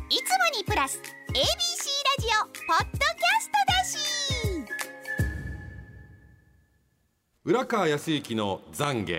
いつもにプラス ABC ラジオポッドキャストだし。 浦川康之の懺悔。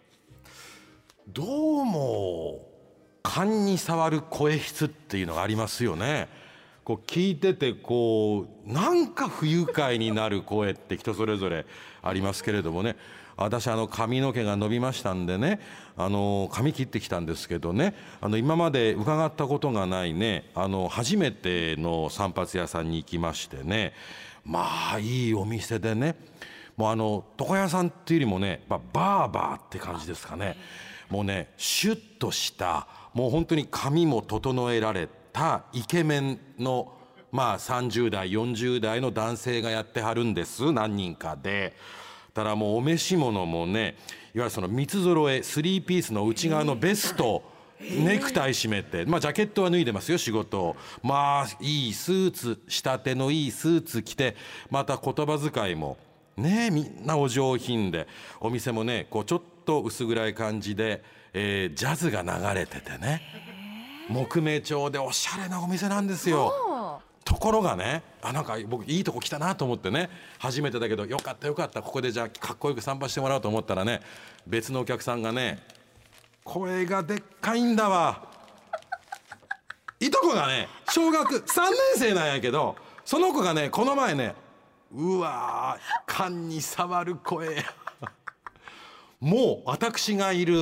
どうも勘に触る声質っていうのがありますよね。こう聞いててなんか不愉快になる声って人それぞれありますけれどもね。私髪の毛が伸びましたんでね、髪切ってきたんですけどね、今まで伺ったことがないね、初めての散髪屋さんに行きましてね、まあいいお店でね、もう床屋さんっていうよりもね、バーバーって感じですかね。もうね、シュッとしたもう本当に髪も整えられたイケメンの30代40代の男性がやってはるんです、何人かで。ただもうお召し物もね、いわゆるその三つ揃え3ピースの内側のベスト、ネクタイ締めて、ジャケットは脱いでますよ、仕事を。いいスーツ、仕立てのいいスーツ着て、また言葉遣いもね、みんなお上品で、お店もねちょっと薄暗い感じで、ジャズが流れててね、木目調でおしゃれなお店なんですよ。ところがね、なんか僕いいとこ来たなと思ってね、初めてだけどよかったここでじゃあかっこよく散髪してもらおうと思ったらね、別のお客さんがね、声がでっかいんだわ。いとこがね小学3年生なんやけど、その子がねこの前ね、うわー勘に触る声もう私がいる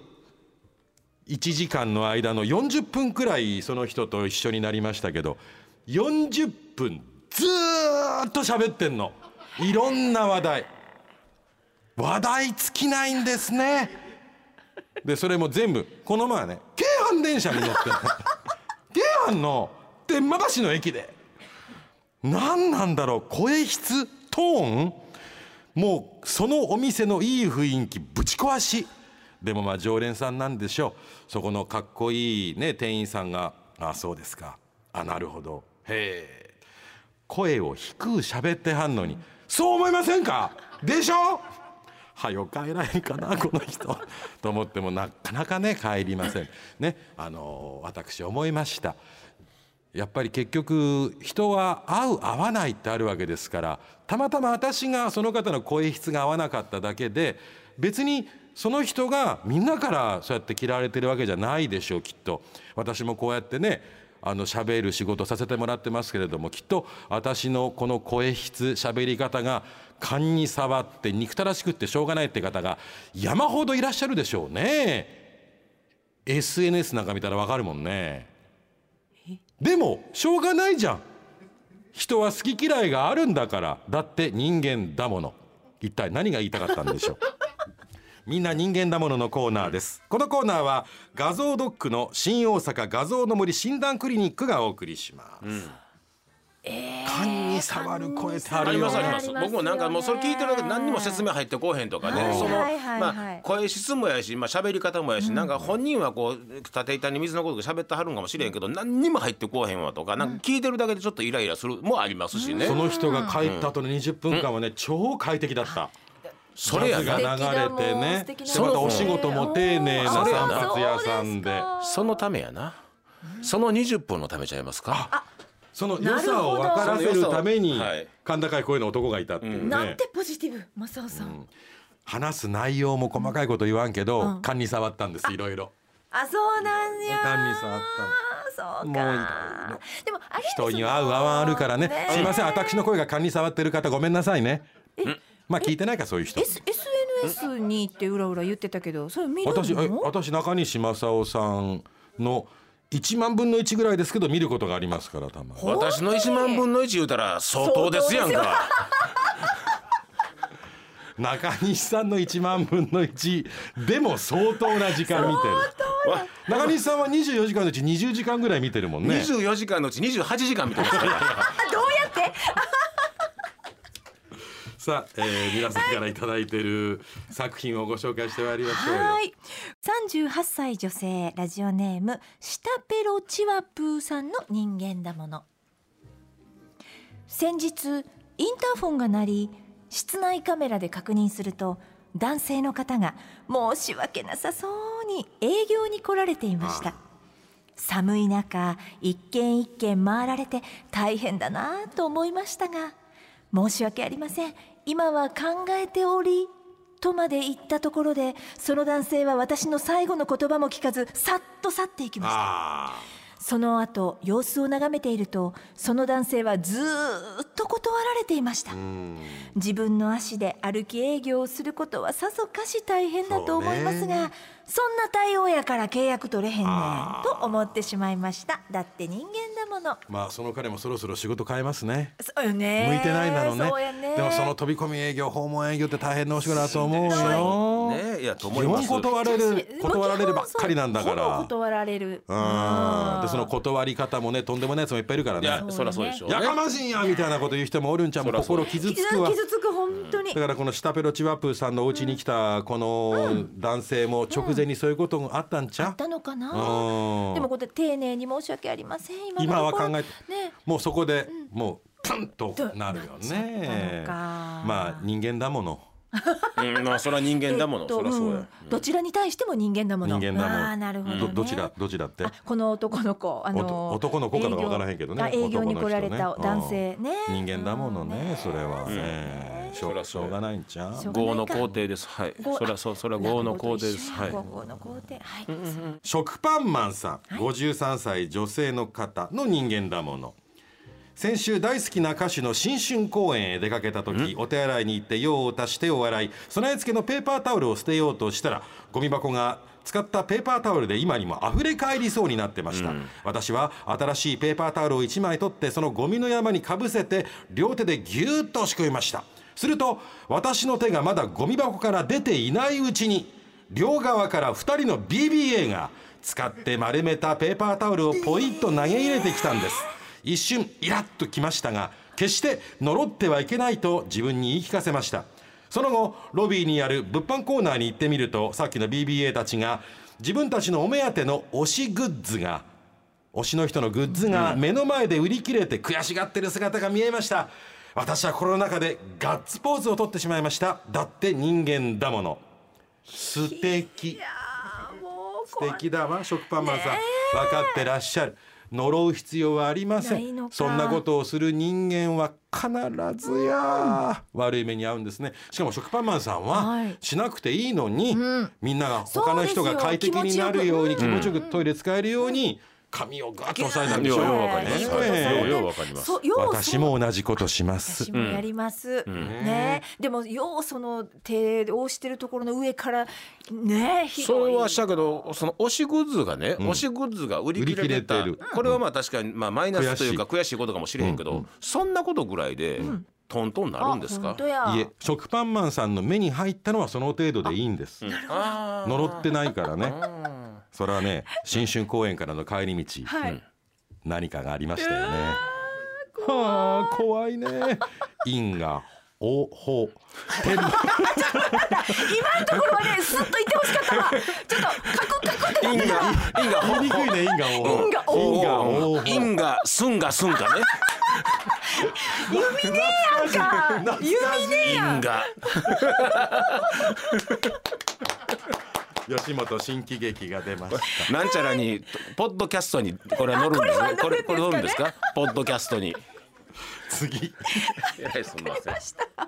1時間の間の40分くらいその人と一緒になりましたけど、40分ずーっと喋ってんの。いろんな話題尽きないんですね。でそれも全部この前ね、京阪電車に乗って京阪の天満橋の駅で、何なんだろう、声質トーン、もうそのお店のいい雰囲気ぶち壊しでも常連さんなんでしょう。そこのかっこいいね店員さんが、そうですか、なるほど、へえ、声を低く喋ってはんのに、そう思いませんかでしょ。はよ帰らへんかなこの人と思ってもなかなかね帰りませんね。私思いました。やっぱり結局人は合う合わないってあるわけですから、たまたま私がその方の声質が合わなかっただけで、別にその人がみんなからそうやって嫌われてるわけじゃないでしょう、きっと。私もこうやってね喋る仕事させてもらってますけれども、きっと私のこの声質、喋り方が勘に触って憎たらしくってしょうがないって方が山ほどいらっしゃるでしょうね。 SNS なんか見たらわかるもんね。でもしょうがないじゃん、人は好き嫌いがあるんだから。だって人間だもの。一体何が言いたかったんでしょうみんな人間だもののコーナーです。このコーナーは画像ドックの新大阪画像の森診断クリニックがお送りします。勘に触る声ってあるよね。 あります。僕もなんかもうそれ聞いてるだけで何にも説明入ってこうへんとかね、声質もやし、喋り方もやし、なんか本人は縦板に水のことで喋ってはるんかもしれんけど、何にも入ってこうへんわとか、なんか聞いてるだけでちょっとイライラするもありますしね。 その人が帰った後の20分間はね、超快適だった。 それやが流れてね、でまたお仕事も丁寧な散髪屋さんで、 そのためやな、その20分のためちゃいますか。 その良さを分からせるために甲高い声の男がいたっていうね。 なんてポジティブ、正雄さん。 話す内容も細かいこと言わんけど、勘に触ったんです、いろいろ。 そうなんや。 勘に触ったの。 そうか。でもあれ人に合う合わんあるからね。すいません、私の声が勘に触ってる方ごめんなさいね。聞いてないかそういう人。 SNS にってうらうら言ってたけど、それ見るの？ 私中西正夫さんの1万分の1ぐらいですけど見ることがありますから、たまに。 私の1万分の1言うたら相当ですやんか。 中西さんの1万分の1でも相当な時間見てる。中西さんは24時間のうち20時間ぐらい見てるもんね。 24時間のうち28時間見てますからどうやってさあ、皆さんからいただいている作品をご紹介してまいりましょうよ。 はい、38歳女性、ラジオネームシタペロチワプーさんの人間だもの。先日インターフォンが鳴り、室内カメラで確認すると、男性の方が申し訳なさそうに営業に来られていました。 寒い中一軒一軒回られて大変だなと思いましたが、申し訳ありません、今は考えておりとまで言ったところで、その男性は私の最後の言葉も聞かずさっと去っていきました。その後様子を眺めていると、その男性はずーっと断られていました。自分の足で歩き営業をすることはさぞかし大変だと思いますが、そんな対応やから契約取れへんねんと思ってしまいました。だって人間だもの。 まあその彼もそろそろ仕事変えますね。 そうよね。 向いてないなのね。 そうやね。 でもその飛び込み営業、訪問営業って大変なお仕事だと思うよ。 ね、いやと思います。 基本断られるばっかりなんだから。 断られる。 でその断り方もね、とんでもないやつもいっぱいいるからね。 いやそりゃそうでしょうね。 やかましいんやみたいなこと言う人もおるんちゃう。心傷つくわ。 傷つく本当に。 だからこのシタペロチワプーさんのお家に来たこの男性も直前にそういうことがあったんちゃう。 あったのかな。でもこれ丁寧に申し訳ありません。 今は考えて、 ね、 もうそこでもうパンとなるよね。まあ人間だもの。 まあそれは人間だもの。そりゃそうや。 どちらに対しても人間だもの。 人間だもの。 なるほどね。 どちらって。 この男の子、 男の子かどうかわからへんけどね。 営業に来られた男性ね。 人間だものね、それはね。しょうがないんちゃう。 業の工程です。はい。それは業の工程です。はい。 業の工程。はい。 食パンマンさん、53歳女性の方の人間だもの。先週大好きな歌手の新春公演へ出かけた時、お手洗いに行って用を足してお洗い、備え付けのペーパータオルを捨てようとしたら、ゴミ箱が使ったペーパータオルで今にも溢れ返りそうになってました。私は新しいペーパータオルを1枚取ってそのゴミの山にかぶせて両手でギューッと押し込みました。すると私の手がまだゴミ箱から出ていないうちに、両側から2人の BBA が使って丸めたペーパータオルをポイッと投げ入れてきたんです。一瞬イラッときましたが、決して呪ってはいけないと自分に言い聞かせました。その後ロビーにある物販コーナーに行ってみると、さっきの BBA たちが自分たちのお目当ての推しグッズが、推しの人のグッズが目の前で売り切れて悔しがってる姿が見えました。私は心の中でガッツポーズを取ってしまいました。だって人間だもの。素敵。素敵だわ。食パンマンさん、分かってらっしゃる。呪う必要はありません。そんなことをする人間は必ずや悪い目に遭うんですね。しかも食パンマンさんはしなくていいのに、みんなが他の人が快適になるように、気持ちよくトイレ使えるように髪をガッと押さえたんでしょう。 ようわかります。ようわかります。 私も同じことします。 私もやります。ね。でもようその手を押してるところの上からね、 それはしたけど、その推しグッズがね、推しグッズが売り切れてる。これはまあ確かにまあマイナスというか悔しいことかもしれへんけど、そんなことぐらいでトントンなるんですか。 いえ、食パンマンさんの目に入ったのはその程度でいいんです。呪ってないからね。それはね、新春公演からの帰り道、何かがありましたよね。はあ、怖いね。因果応報。 今のところはね、スッと言ってほしかったわ。ちょっとカクって因果言いにくいね。因果応報。 因果すんがね。 弓ねえやんか。弓ねえやん。 因果。 吉本新喜劇が出ました。 なんちゃらにポッドキャストにこれは載るんですね。これ載るんですか？ポッドキャストに。 次。 すみません。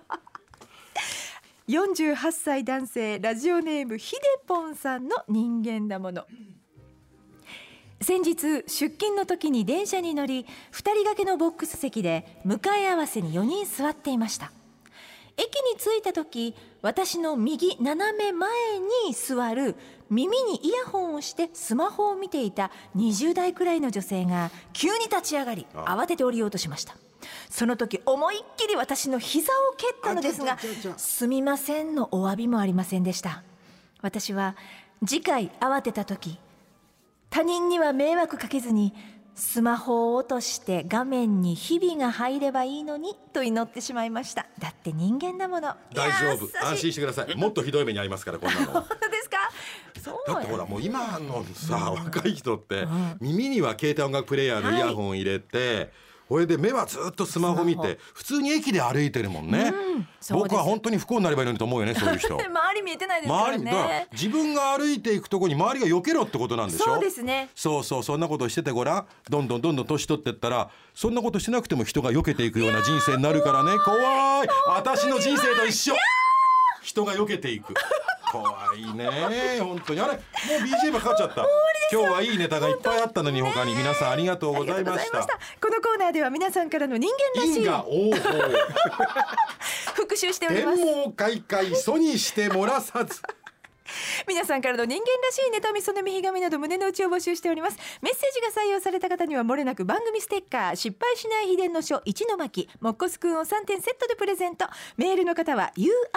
48歳男性、ラジオネームひでぽんさんの人間だもの。先日出勤の時に電車に乗り、2人掛けのボックス席で向かい合わせに4人座っていました。駅に着いた時、私の右斜め前に座る耳にイヤホンをしてスマホを見ていた20代くらいの女性が急に立ち上がり、慌てて降りようとしました。その時思いっきり私の膝を蹴ったのですが、すみませんのお詫びもありませんでした。私は次回慌てた時、他人には迷惑かけずにスマホを落として画面に日々が入ればいいのにと祈ってしまいました。だって人間だもの。 大丈夫、安心してください。もっとひどい目に遭いますから、こんなの。 本当ですか？そうだってほら、もう今のさ、若い人って耳には携帯音楽プレイヤーのイヤホン入れて、 これで目はずっとスマホ見て普通に駅で歩いてるもんね、僕は本当に不幸になればいいのにと思うよね、そういう人周り見えてないですからね。 だから自分が歩いていくとこに周りが避けろってことなんでしょ。 そうですね。 そうそんなことしててごらん、どんどん年取ってったらそんなことしなくても人が避けていくような人生になるからね。怖い、私の人生と一緒、人が避けていく怖いね本当に。あれもう BGM かかっちゃった。今日はいいネタがいっぱいあったのに他に皆さんありがとうございました。 このコーナーでは皆さんからの人間らしい因果応報復習しております。 天網開会疎にして漏らさず皆さんからの人間らしいネタみそねみひがみなど胸の内を募集しております。メッセージが採用された方にはもれなく番組ステッカー、失敗しない秘伝の書一の巻、もっこすくんを3点セットでプレゼント。メールの方は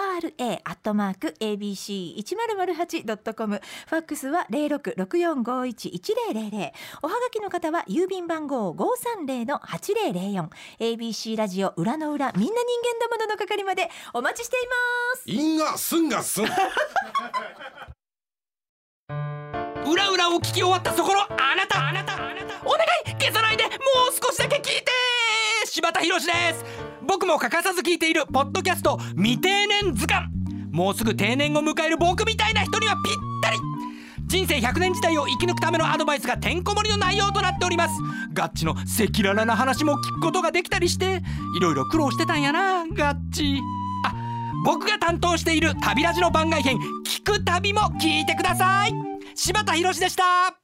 ura@abc1008.com、 ファックスは 0664511000、 おはがきの方は郵便番号 530-8004、 ABC ラジオ裏の裏みんな人間だものの係までお待ちしています。 因がすんがすん裏裏を聞き終わったそこのあなた、お願い消さないで、もう少しだけ聞いて。柴田博です。僕も欠かさず聞いているポッドキャスト未定年図鑑。もうすぐ定年を迎える僕みたいな人にはぴったり。人生100年時代を生き抜くためのアドバイスがてんこ盛りの内容となっております。ガッチの赤裸々な話も聞くことができたりして、いろいろ苦労してたんやなガッチ。僕が担当している旅ラジの番外編聞く旅も聞いてください。柴田博でした。